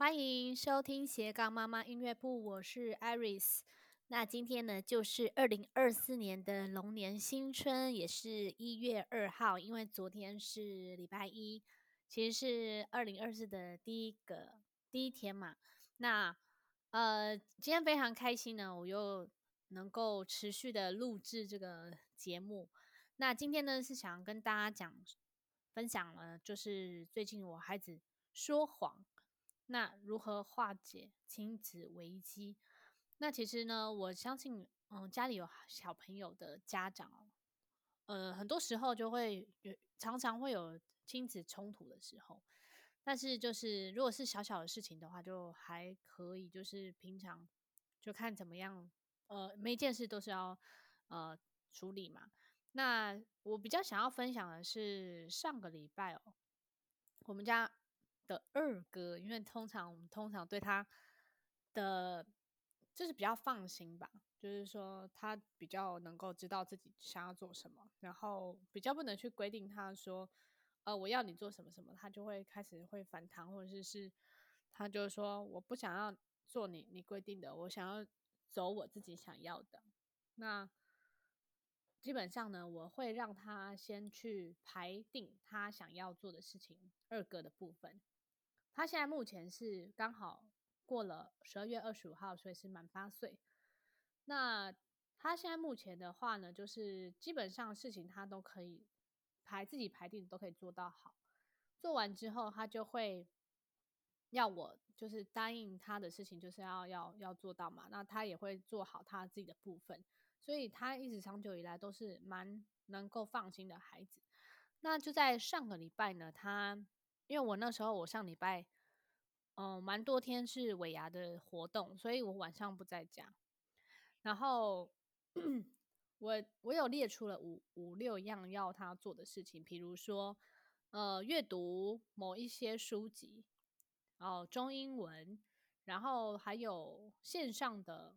欢迎收听斜杠妈妈音乐部，我是 Iris。那今天呢，就是2024年的龙年新春，也是1月2号，因为昨天是礼拜一，其实是2024的第一天嘛。那今天非常开心呢，我又能够持续的录制这个节目。那今天呢，是想跟大家分享了，就是最近我孩子说谎。那如何化解亲子危机？那其实呢，我相信，家里有小朋友的家长哦，很多时候就会常常会有亲子冲突的时候。但是就是如果是小小的事情的话，就还可以，就是平常就看怎么样，每一件事都是要呃处理嘛。那我比较想要分享的是上个礼拜哦，我们家的二哥，因为我们通常对他的就是比较放心吧，就是说他比较能够知道自己想要做什么，然后比较不能去规定他说，我要你做什么什么，他就会开始会反弹，或者是他就说我不想要做你规定的，我想要走我自己想要的。那基本上呢，我会让他先去排定他想要做的事情，二哥的部分。他现在目前是刚好过了12月25号，所以是满8岁。那他现在目前的话呢，就是基本上事情他都可以自己排定都可以做到好。做完之后，他就会要我就是答应他的事情，就是要做到嘛。那他也会做好他自己的部分。所以他一直长久以来都是蛮能够放心的孩子。那就在上个礼拜呢，因为我那时候我上礼拜，蛮多天是尾牙的活动，所以我晚上不在家。然后我有列出了五六样要他做的事情，比如说，阅读某一些书籍，中英文，然后还有线上的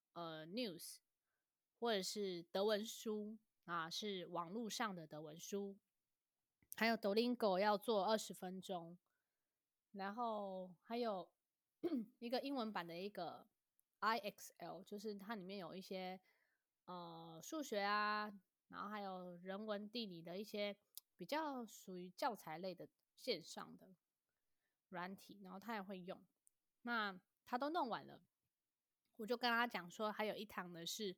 news，或者是德文书啊，是网络上的德文书，还有 Duolingo 要做20分钟，然后还有一个英文版的一个 IXL，就是它里面有一些数学啊，然后还有人文地理的一些比较属于教材类的线上的软体，然后他也会用。那他都弄完了，我就跟他讲说，还有一堂的是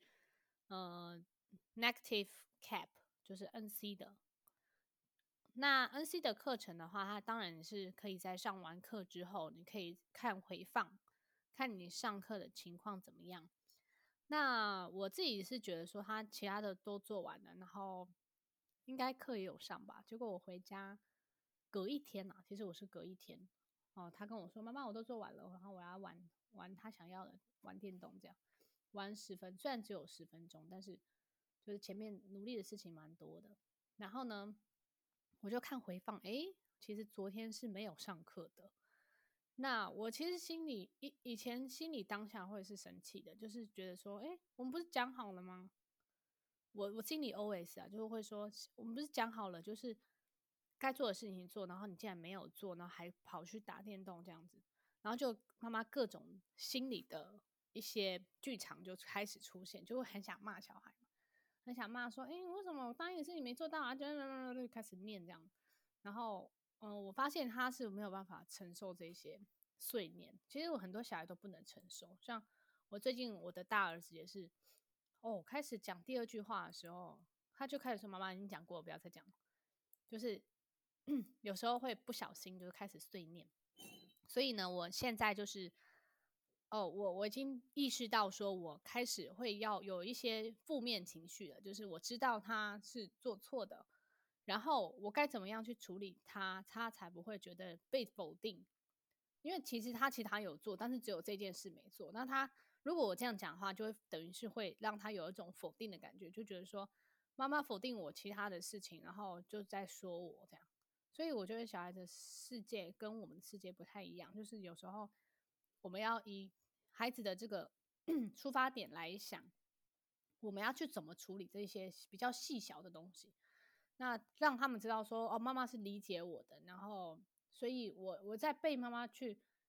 Negative Cap，就是 NC 的。那 NC 的课程的话，它当然是可以在上完课之后，你可以看回放，看你上课的情况怎么样。那我自己是觉得说，他其他的都做完了，然后应该课也有上吧。结果我回家隔一天啊，其实我是隔一天哦，他跟我说：“妈妈，我都做完了，然后我要玩玩他想要的，玩电动这样，玩虽然只有10分钟，但是就是前面努力的事情蛮多的。然后呢，我就看回放，诶，其实昨天是没有上课的。那我其实以前心里当下会是生气的，就是觉得说，诶，我们不是讲好了吗？我心里 OS 啊，就是会说，我们不是讲好了，就是该做的事情做，然后你竟然没有做，然后还跑去打电动这样子，然后就妈妈各种心理的一些剧场就开始出现，就会很想骂小孩嘛，很想骂说，诶，为什么我答应的事情没做到啊？就开始念这样，然后我发现他是没有办法承受这些碎念。其实我很多小孩都不能承受，像我最近我的大儿子也是，开始讲第二句话的时候，他就开始说：“妈妈已经讲过了，不要再讲了。”就是有时候会不小心就是开始碎念。所以呢，我现在就是，我已经意识到说，我开始会要有一些负面情绪了，就是我知道他是做错的，然后我该怎么样去处理他，他才不会觉得被否定。因为其实他有做，但是只有这件事没做。那他如果我这样讲的话，就会等于是会让他有一种否定的感觉，就觉得说妈妈否定我其他的事情，然后就在说我这样。所以我觉得小孩的世界跟我们的世界不太一样，就是有时候我们要以孩子的这个出发点来想，我们要去怎么处理这些比较细小的东西，那让他们知道说，哦，妈妈是理解我的，然后，所以我在被妈妈去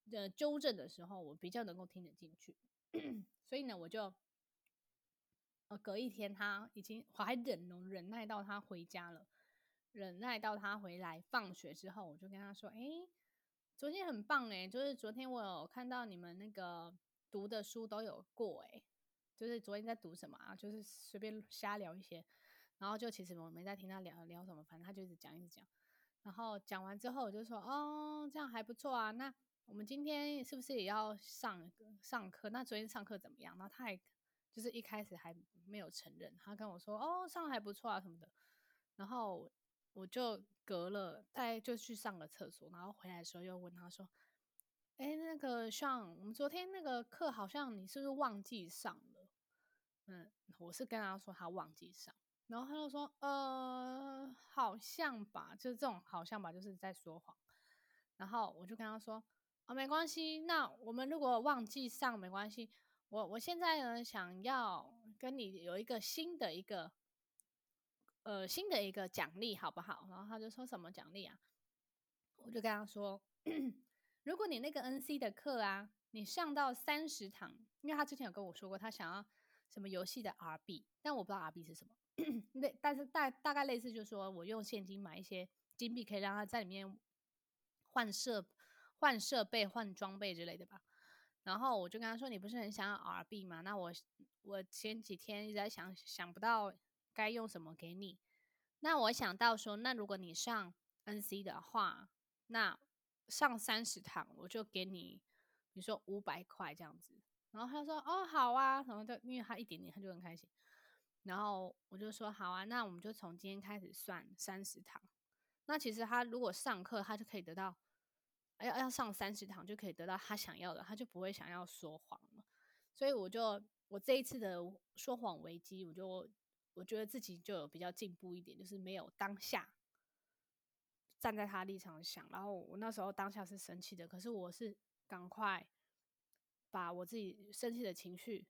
纠正的时候，我比较能够听得进去。所以呢，我就隔一天我还忍耐到他回家了，忍耐到他回来放学之后，我就跟他说：昨天很棒就是昨天我有看到你们那个读的书都有过就是昨天在读什么啊？就是随便瞎聊一些，然后就其实我没在听他聊什么，反正他就一直讲一直讲。然后讲完之后，我就说：哦，这样还不错啊。那我们今天是不是也要上课？那昨天上课怎么样？然后他还就是一开始还没有承认，他跟我说：哦，上的还不错啊什么的。然后我就隔了，大概就去上个厕所，然后回来的时候又问他说：那个上我们昨天那个课好像你是不是忘记上了？我是跟他说他忘记上，然后他就说好像吧，就是这种好像吧，就是在说谎。然后我就跟他说没关系，那我们如果忘记上没关系，我现在呢想要跟你有一个新的一个奖励好不好？然后他就说什么奖励啊？我就跟他说，如果你那个 NC 的课啊，你上到30堂，因为他之前有跟我说过，他想要什么游戏的 RB，但我不知道 RB 是什么。但是大概类似，就是说我用现金买一些金币，可以让他在里面换设备、换装备之类的吧。然后我就跟他说：“你不是很想要 RB 吗？那我前几天一直在想不到该用什么给你。那我想到说，那如果你上 NC 的话，那上30堂我就给你，比如说500块这样子。”然后他说：“哦，好啊。”然后因为他一点点他就很开心。然后我就说：“好啊，那我们就从今天开始算30堂。那其实他如果上课，他就可以得到要上30堂就可以得到他想要的，他就不会想要说谎了。所以我这一次的说谎危机，我觉得自己就有比较进步一点，就是没有当下站在他立场想，然后我那时候当下是生气的，可是我是赶快把我自己生气的情绪，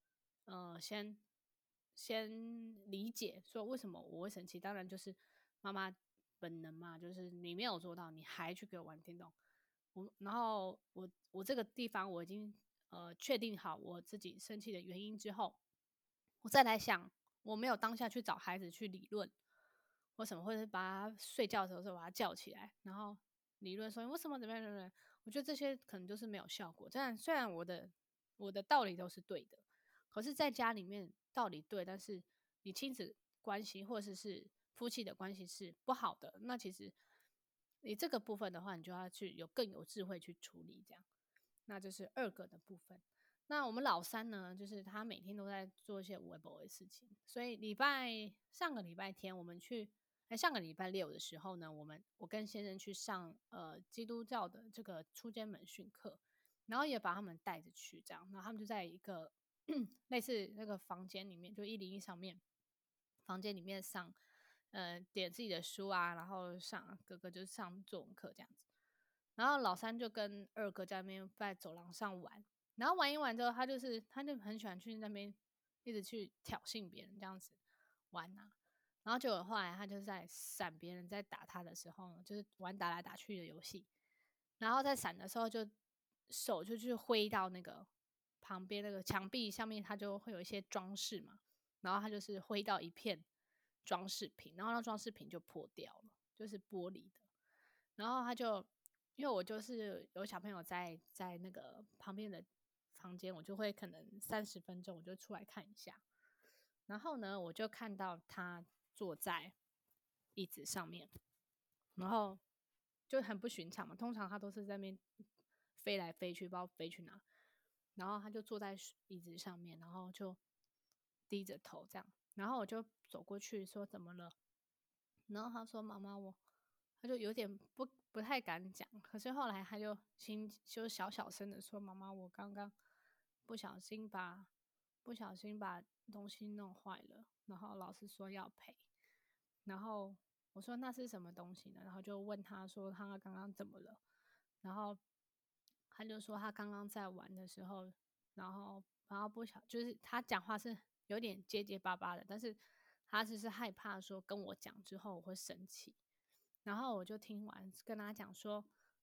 先理解说为什么我会生气。当然就是妈妈本能嘛，就是你没有做到，你还去给我玩电动。然后我这个地方我已经确定好我自己生气的原因之后，我再来想，我没有当下去找孩子去理论，为什么会把他睡觉的时候把他叫起来，然后理论说为什么怎么样怎么样？我觉得这些可能就是没有效果。虽然我的道理都是对的，可是在家里面道理对，但是你亲子关系或者是夫妻的关系是不好的，那其实你这个部分的话，你就要去更有智慧去处理，这样。那就是二个的部分。那我们老三呢，就是他每天都在做一些无微不微的事情，所以上个礼拜天我们上个礼拜六的时候呢，我跟先生去上基督教的这个初阶门训课，然后也把他们带着去，这样，然后他们就在一个类似那个房间里面，就101上面房间里面上，点自己的书啊，然后哥哥就上作文课这样子，然后老三就跟二哥在那边在走廊上玩，然后玩一玩之后，他就很喜欢去那边一直去挑衅别人这样子玩啊，然后结果后来他就在闪别人在打他的时候呢，就是玩打来打去的游戏，然后在闪的时候手就去挥到那个旁边那个墙壁上面，它就会有一些装饰嘛，然后他就是挥到一片装饰品，然后那装饰品就破掉了，就是玻璃的。然后因为我就是有小朋友在那个旁边的房间，我就会可能30分钟我就出来看一下。然后呢，我就看到他坐在椅子上面，然后就很不寻常嘛。通常他都是在那边飞来飞去，不知道飞去哪。然后他就坐在椅子上面，然后就低着头这样。然后我就走过去说：“怎么了？”然后他说：“妈妈，他就有点不太敢讲。可是后来他就小小声的说：妈妈，我刚刚不小心把东西弄坏了，然后老师说要赔。然后我说那是什么东西呢？然后就问他说他刚刚怎么了？然后他就说他刚刚在玩的时候，然后就是他讲话是有点结结巴巴的，但是他只是害怕说跟我讲之后我会生气。然后我就听完跟他讲说，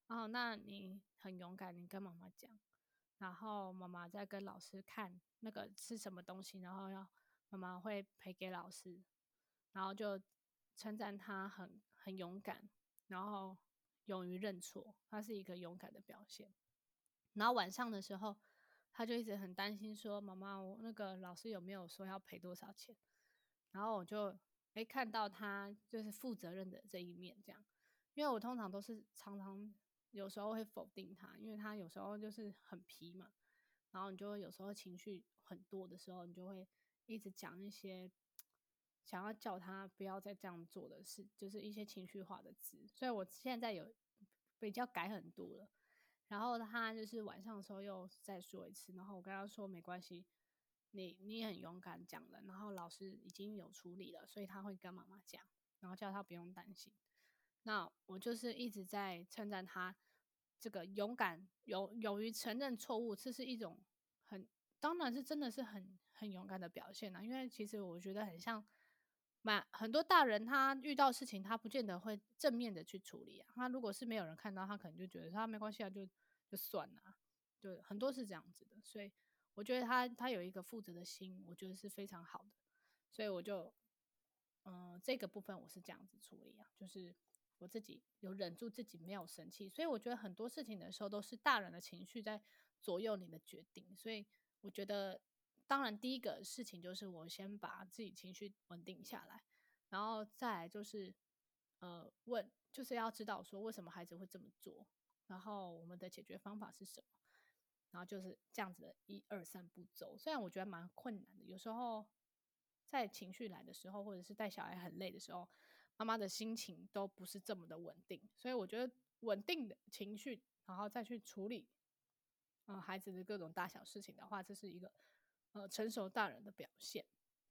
哦，那你很勇敢，你跟妈妈讲，然后妈妈再跟老师看那个是什么东西，然后妈妈会赔给老师，然后就称赞他很勇敢，然后勇于认错，他是一个勇敢的表现。然后晚上的时候，他就一直很担心说：“妈妈，我那个老师有没有说要赔多少钱？”然后我就看到他就是负责任的这一面，这样。因为我通常都是常常有时候会否定他，因为他有时候就是很皮嘛，然后你就会有时候情绪很多的时候，你就会一直讲一些想要叫他不要再这样做的事，就是一些情绪化的字。所以我现在有比较改很多了。然后他就是晚上的时候又再说一次，然后我跟他说没关系，你很勇敢讲了，然后老师已经有处理了，所以他会跟妈妈讲，然后叫他不用担心。那我就是一直在称赞他这个勇敢、勇于承认错误，这是一种很当然是真的是很勇敢的表现啊。因为其实我觉得很像很多大人他遇到事情，他不见得会正面的去处理啊。他如果是没有人看到，他可能就觉得他没关系啊，就算了啊，就很多是这样子的。所以我觉得他有一个负责的心，我觉得是非常好的。所以我就这个部分我是这样子处理啊，就是我自己有忍住自己没有生气，所以我觉得很多事情的时候都是大人的情绪在左右你的决定，所以我觉得，当然第一个事情就是我先把自己情绪稳定下来，然后再来就是就是要知道说为什么孩子会这么做，然后我们的解决方法是什么，然后就是这样子的1、2、3步骤。虽然我觉得蛮困难的，有时候在情绪来的时候，或者是带小孩很累的时候，妈妈的心情都不是这么的稳定，所以我觉得稳定的情绪，然后再去处理孩子的各种大小事情的话，这是一个成熟大人的表现。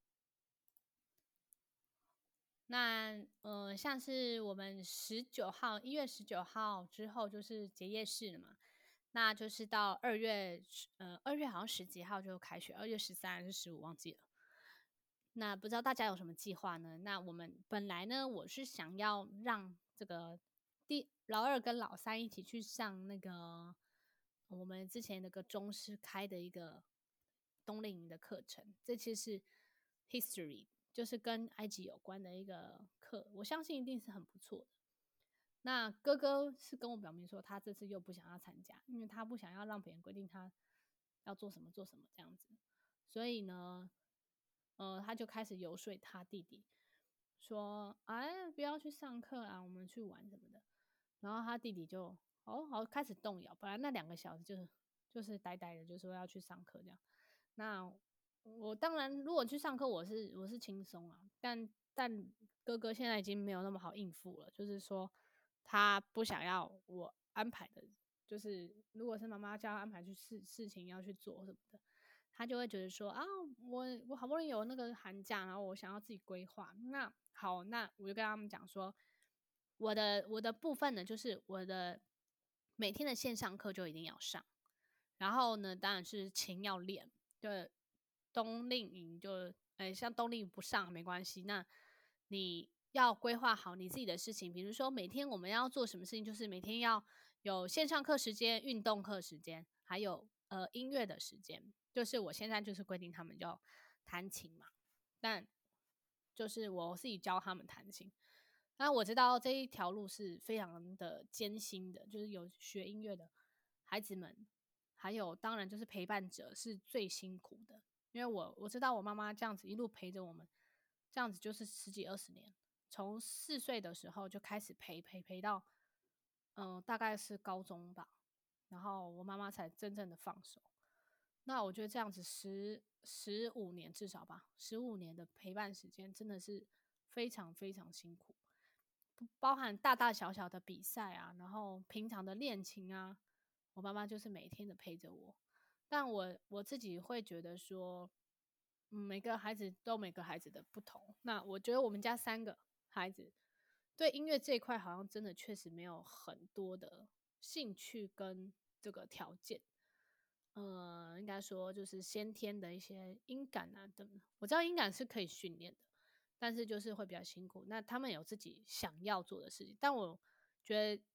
那像是我们1月19号之后就是结业式了嘛，那就是到2月好像十几号就开学，2月13还是15忘记了。那不知道大家有什么计划呢？那我们本来呢，我是想要让这个老二跟老三一起去上那个我们之前那个中师开的一个冬令营的课程，这其实是 history，就是跟埃及有关的一个课，我相信一定是很不错的。那哥哥是跟我表明说，他这次又不想要参加，因为他不想要让别人规定他要做什么做什么这样子。所以呢，他就开始游说他弟弟说：“哎，不要去上课啊，我们去玩什么的。”然后他弟弟就好开始动摇。本来那2个小时就是呆呆的，就说要去上课这样。那我当然如果去上课，我是轻松啊，但哥哥现在已经没有那么好应付了，就是说他不想要我安排的，就是如果是妈妈叫他安排去事情要去做什么的，他就会觉得说啊，我好不容易有那个寒假，然后我想要自己规划。那好，那我就跟他们讲说，我的部分呢，就是我的每天的线上课就一定要上，然后呢，当然是琴要练，就冬令营就，像冬令营不上没关系，那你要规划好你自己的事情，比如说每天我们要做什么事情，就是每天要有线上课时间、运动课时间，还有音乐的时间。就是我现在就是规定他们要弹琴嘛，但就是我自己教他们弹琴。那我知道这一条路是非常的艰辛的，就是有学音乐的孩子们，还有当然就是陪伴者是最辛苦的。因为我知道我妈妈这样子一路陪着我们，这样子就是十几20年，从4岁的时候就开始陪到，大概是高中吧，然后我妈妈才真正的放手。那我觉得这样子15年至少吧，15年的陪伴时间真的是非常非常辛苦，不包含大大小小的比赛啊，然后平常的练琴啊，我妈妈就是每天的陪着我。但我自己会觉得说，每个孩子都有每个孩子的不同。那我觉得我们家3个孩子对音乐这一块好像真的确实没有很多的兴趣跟这个条件。应该说就是先天的一些音感啊等，我知道音感是可以训练的，但是就是会比较辛苦。那他们有自己想要做的事情，但我觉得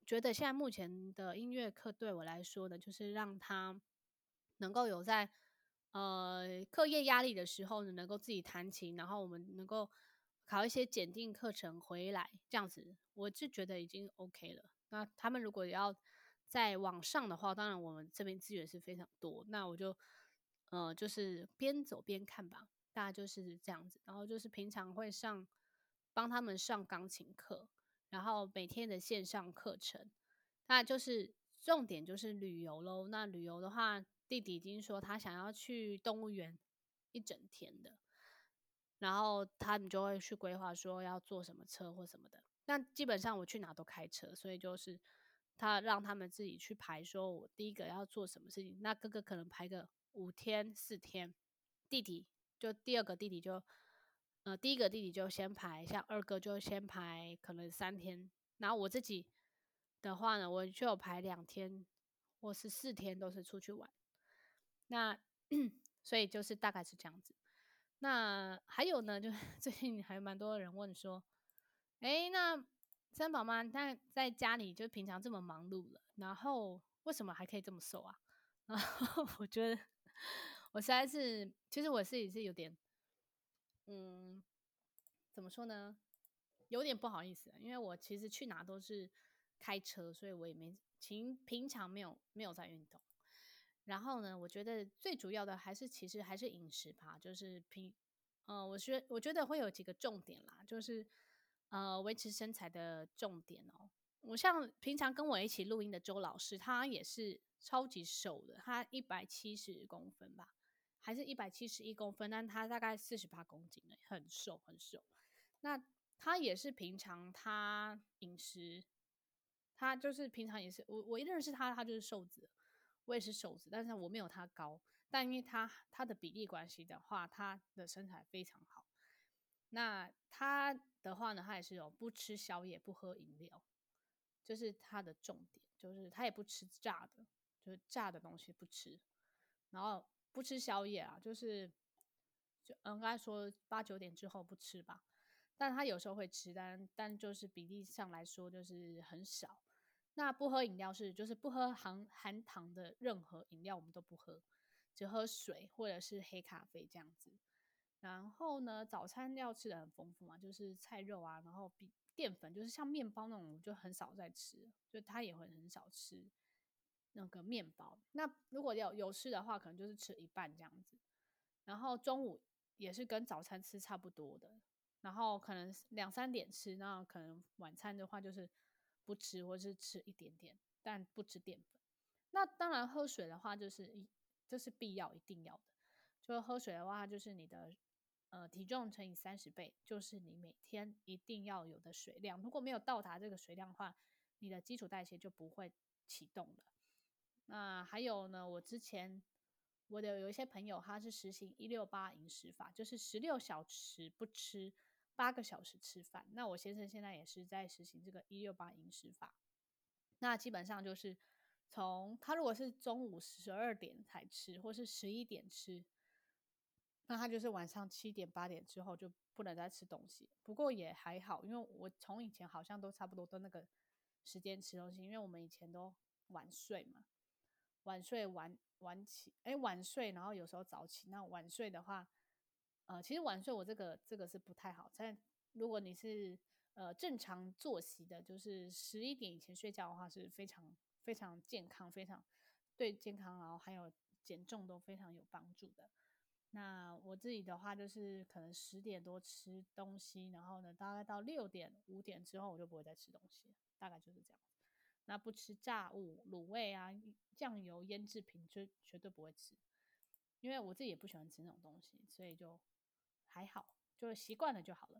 觉得现在目前的音乐课对我来说呢，就是让他能够有在课业压力的时候呢，能够自己弹琴，然后我们能够考一些检定课程回来，这样子我是觉得已经 OK 了。那他们如果要在网上的话，当然我们这边资源是非常多，那我就就是边走边看吧，大概就是这样子。然后就是平常会帮他们上钢琴课，然后每天的线上课程，那就是重点就是旅游咯。那旅游的话，弟弟已经说他想要去动物园一整天的，然后他们就会去规划说要坐什么车或什么的。那基本上我去哪都开车，所以就是他让他们自己去排，说我第一个要做什么事情。那哥哥可能排个5天4天，弟弟就第二个弟弟就第一个弟弟就先排，像二哥就先排可能3天，然后我自己的话呢，我就有排2天或是4天都是出去玩。那所以就是大概是这样子。那还有呢，就是最近还蛮多人问说，诶，那三宝妈那在家里就平常这么忙碌了，然后为什么还可以这么瘦啊？然后我觉得我实在是，其实我自己是有点，嗯，怎么说呢？有点不好意思啊，因为我其实去哪都是开车，所以我也平常没有在运动。然后呢，我觉得最主要的其实还是饮食吧，就是我觉得会有几个重点啦，就是维持身材的重点哦。我像平常跟我一起录音的周老师，他也是超级瘦的，他170公分吧，还是171公分，但他大概48公斤了，很瘦很瘦。那他也是平常他饮食，他就是平常也是我一认识他，他就是瘦子，我也是瘦子，但是我没有他高，但因为他的比例关系的话，他的身材非常好。那他的话呢，他也是有不吃宵夜，不喝饮料，就是他的重点，就是他也不吃炸的，就是炸的东西不吃，然后不吃宵夜啊，刚才说8、9点之后不吃吧，但他有时候会吃，但就是比例上来说就是很少。那不喝饮料就是不喝含糖的任何饮料，我们都不喝，只喝水或者是黑咖啡这样子。然后呢，早餐料吃的很丰富嘛，就是菜肉啊，然后淀粉，就是像面包那种，我就很少在吃，就他也会很少吃那个面包。那如果有吃的话，可能就是吃一半这样子。然后中午也是跟早餐吃差不多的，然后可能2、3点吃，那可能晚餐的话就是不吃，或是吃一点点，但不吃淀粉。那当然喝水的话，这是必要一定要的。就喝水的话，就是你的体重乘以30倍，就是你每天一定要有的水量。如果没有到达这个水量的话，你的基础代谢就不会启动了。那还有呢，我有一些朋友，他是实行168饮食法，就是16小时不吃，8个小时吃饭。那我先生现在也是在实行这个168饮食法。那基本上就是他如果是中午12点才吃，或是11点吃，那他就是晚上7点8点之后就不能再吃东西。不过也还好，因为我从以前好像都差不多都那个时间吃东西，因为我们以前都晚睡嘛，晚睡晚起，晚睡然后有时候早起。那晚睡的话，其实晚睡我这个是不太好，但如果你是正常作息的，就是11点以前睡觉的话，是非常非常健康，非常对健康，然后还有减重都非常有帮助的。那我自己的话，就是可能10点多吃东西，然后呢，大概到6点5点之后，我就不会再吃东西，大概就是这样。那不吃炸物、卤味啊、酱油、腌制品，就绝对不会吃，因为我自己也不喜欢吃那种东西，所以就还好，就习惯了就好了。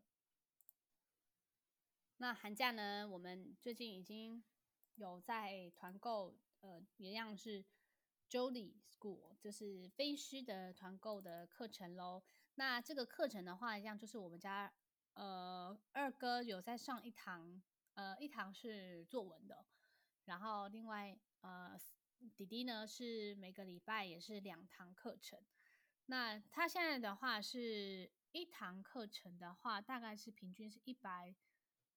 那寒假呢，我们最近已经有在团购，一样是 Jolly School，就是飞狮的团购的课程咯。那这个课程的话，一样就是我们家二哥有在上一堂是作文的，然后另外弟弟呢是每个礼拜也是2堂课程。那他现在的话是一堂课程的话，大概是平均是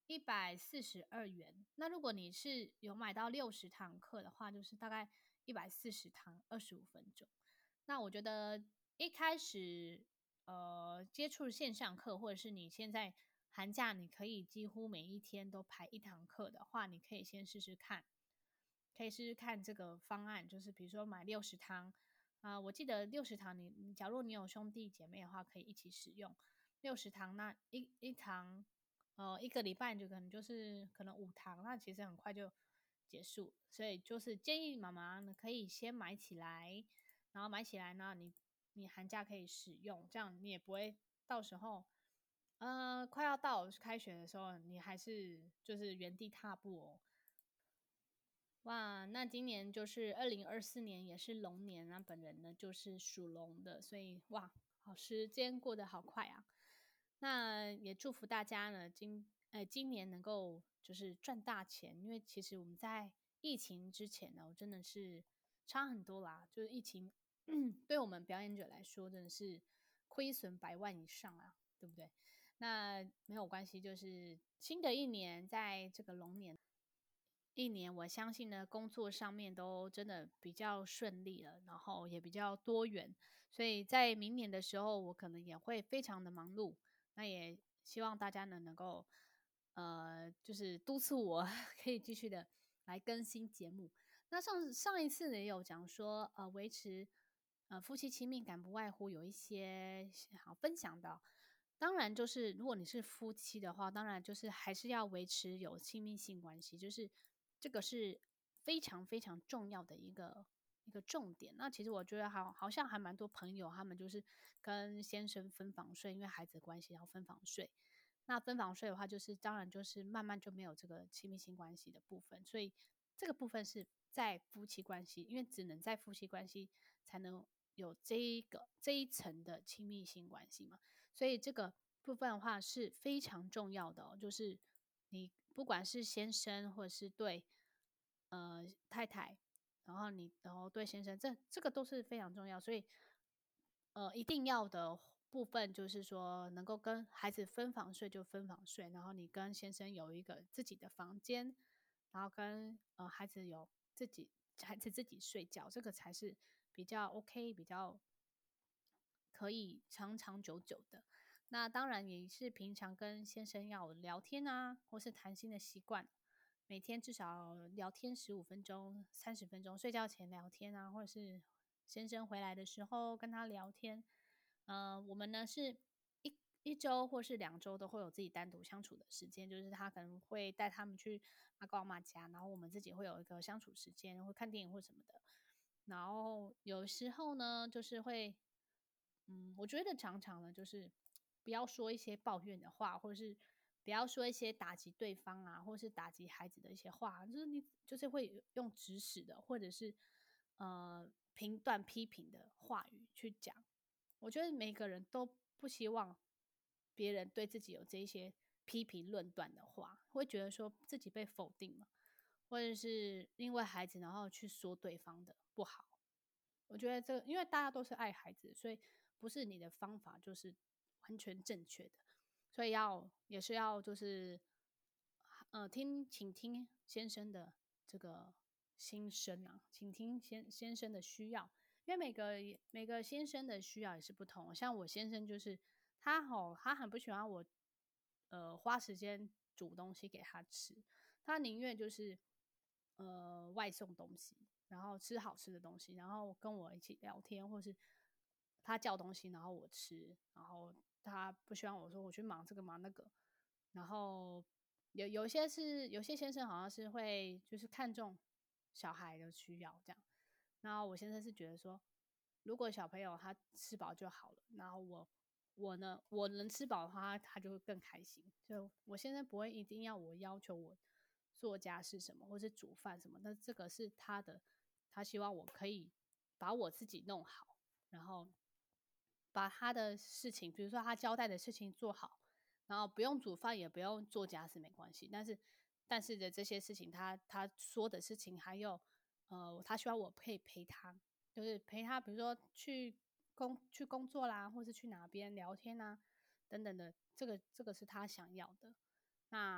142元。那如果你是有买到60堂课的话，就是大概140堂25分钟。那我觉得一开始接触线上课，或者是你现在寒假你可以几乎每一天都排1堂课的话，你可以先试试看，可以试试看这个方案，就是比如说买60堂。我记得60堂你假如你有兄弟姐妹的话，可以一起使用60堂。那一堂一个礼拜就可能5堂，那其实很快就结束。所以就是建议妈妈呢可以先买起来，然后买起来呢，你寒假可以使用，这样你也不会到时候快要到开学的时候，你还是就是原地踏步哦。哇，那今年就是2024年，也是龙年啊。本人呢就是属龙的，所以哇，好，时间过得好快啊。那也祝福大家呢，今年能够就是赚大钱，因为其实我们在疫情之前呢，我真的是差很多啦。就是疫情对我们表演者来说，真的是亏损100万以上啊，对不对？那没有关系，就是新的一年，在这个龙年。我相信呢，工作上面都真的比较顺利了，然后也比较多元，所以在明年的时候，我可能也会非常的忙碌。那也希望大家呢能够，就是督促我可以继续的来更新节目。那上一次呢也有讲说，维持夫妻亲密感不外乎有一些好分享的。当然，就是如果你是夫妻的话，当然就是还是要维持有亲密性关系，就是这个是非常非常重要的一个重点。那其实我觉得好像还蛮多朋友，他们就是跟先生分房睡，因为孩子的关系，然后分房睡。那分房睡的话，就是当然就是慢慢就没有这个亲密性关系的部分，所以这个部分是在夫妻关系，因为只能在夫妻关系才能有这一层的亲密性关系嘛。所以这个部分的话是非常重要的哦，就是你不管是先生或者是对太太，然后对先生，这个都是非常重要，所以一定要的部分就是说能够跟孩子分房睡就分房睡，然后你跟先生有一个自己的房间，然后跟孩子自己睡觉，这个才是比较 OK，比较可以长长久久的。那当然也是平常跟先生要有聊天啊，或是谈心的习惯，每天至少聊天15分钟、30分钟，睡觉前聊天啊，或者是先生回来的时候跟他聊天。我们呢是一周或是2周都会有自己单独相处的时间，就是他可能会带他们去阿公阿嬷家，然后我们自己会有一个相处时间，会看电影或什么的。然后有时候呢，就是会，我觉得常常呢，就是不要说一些抱怨的话，或者是不要说一些打击对方啊，或是打击孩子的一些话，就是你就是会用指使的，或者是评断批评的话语去讲。我觉得每个人都不希望别人对自己有这一些批评论断的话，会觉得说自己被否定嘛，或者是因为孩子然后去说对方的不好。我觉得这个，因为大家都是爱孩子，所以不是你的方法就是完全正确的，所以也是要就是请听先生的这个心声啊，请听先生的需要，因为每个先生的需要也是不同。像我先生就是他很不喜欢我花时间煮东西给他吃，他宁愿就是外送东西，然后吃好吃的东西，然后跟我一起聊天，或是他叫东西，然后我吃，然后他不希望我说我去忙这个忙那个，然后有些先生好像是会就是看重小孩的需要这样，然后我先生是觉得说，如果小朋友他吃饱就好了，然后我呢，我能吃饱的话，他就会更开心。就我现在不会一定要求我做家事什么，或是煮饭什么，那这个是他的，他希望我可以把我自己弄好，然后把他的事情，比如说他交代的事情做好，然后不用煮饭，也不用做家事，没关系。但是的这些事情，他说的事情，还有他希望我可以陪他，就是陪他，比如说去工作啦，或是去哪边聊天啊，等等的，这个是他想要的。那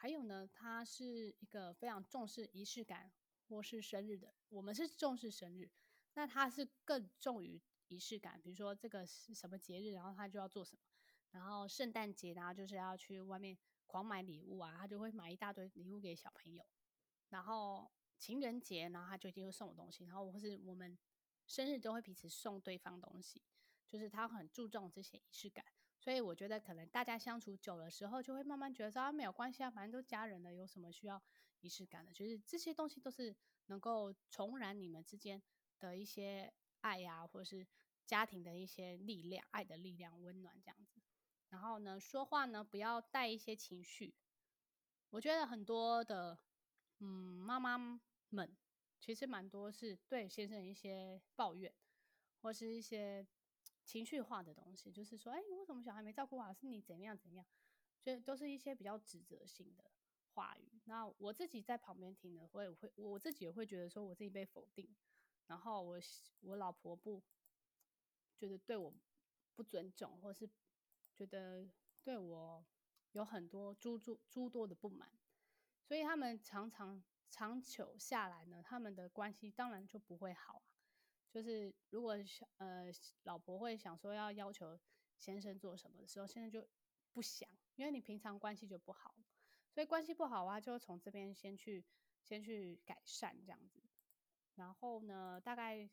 还有呢，他是一个非常重视仪式感或是生日的。我们是重视生日，那他是更重于仪式感。比如说这个是什么节日，然后他就要做什么。然后圣诞节，然后就是要去外面狂买礼物啊，他就会买一大堆礼物给小朋友。然后情人节，然后他就一定会送我东西，然后或是我们生日都会彼此送对方东西，就是他很注重这些仪式感。所以我觉得可能大家相处久的时候，就会慢慢觉得说没有关系啊，反正都家人了，有什么需要仪式感的？就是这些东西都是能够重燃你们之间的一些爱呀、或者是家庭的一些力量、爱的力量、温暖这样子。然后呢，说话呢不要带一些情绪。我觉得很多的妈妈们其实蛮多是对先生一些抱怨，或是一些情绪化的东西，就是说，哎，为什么小孩没照顾好？是你怎么样怎么样？所以都是一些比较指责性的话语。那我自己在旁边听了，我自己也会觉得说我自己被否定，然后我老婆觉得对我不尊重，或是觉得对我有很多诸多的不满，所以他们长久下来呢，他们的关系当然就不会好啊。就是如果老婆会想说要求先生做什么的时候，先生就不想，因为你平常关系就不好，所以关系不好啊，就从这边先去改善这样子。然后呢，大概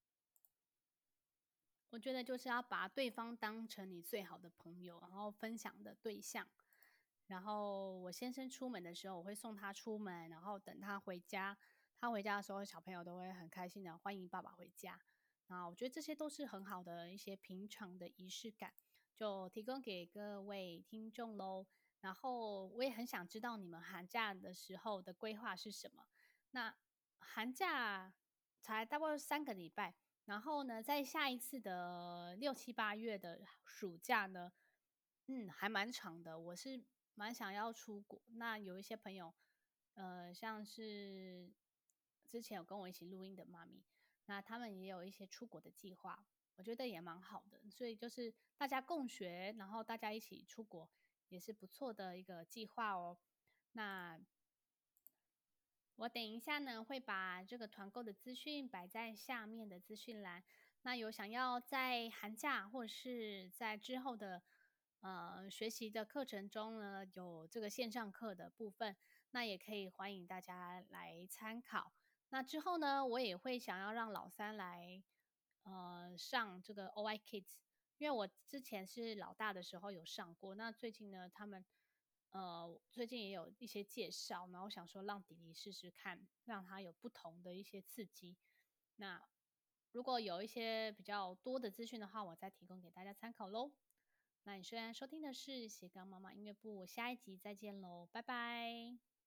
我觉得就是要把对方当成你最好的朋友，然后分享的对象。然后我先生出门的时候，我会送他出门，然后等他回家。他回家的时候，小朋友都会很开心的欢迎爸爸回家。那我觉得这些都是很好的一些平常的仪式感，就提供给各位听众喽。然后我也很想知道你们寒假的时候的规划是什么。那寒假才大概3个礼拜，然后呢，在下一次的6、7、8月的暑假呢，还蛮长的。我是蛮想要出国。那有一些朋友，像是之前有跟我一起录音的妈咪，那他们也有一些出国的计划，我觉得也蛮好的。所以就是大家共学，然后大家一起出国，也是不错的一个计划哦。那我等一下呢，会把这个团购的资讯摆在下面的资讯栏。那有想要在寒假或者是在之后的学习的课程中呢，有这个线上课的部分，那也可以欢迎大家来参考。那之后呢，我也会想要让老三来上这个 OI Kids，因为我之前是老大的时候有上过，那最近呢，他们最近也有一些介绍，然后想说让弟弟试试看，让他有不同的一些刺激。那如果有一些比较多的资讯的话，我再提供给大家参考喽。那你虽然收听的是斜杠妈妈音乐部，下一集再见喽，拜拜。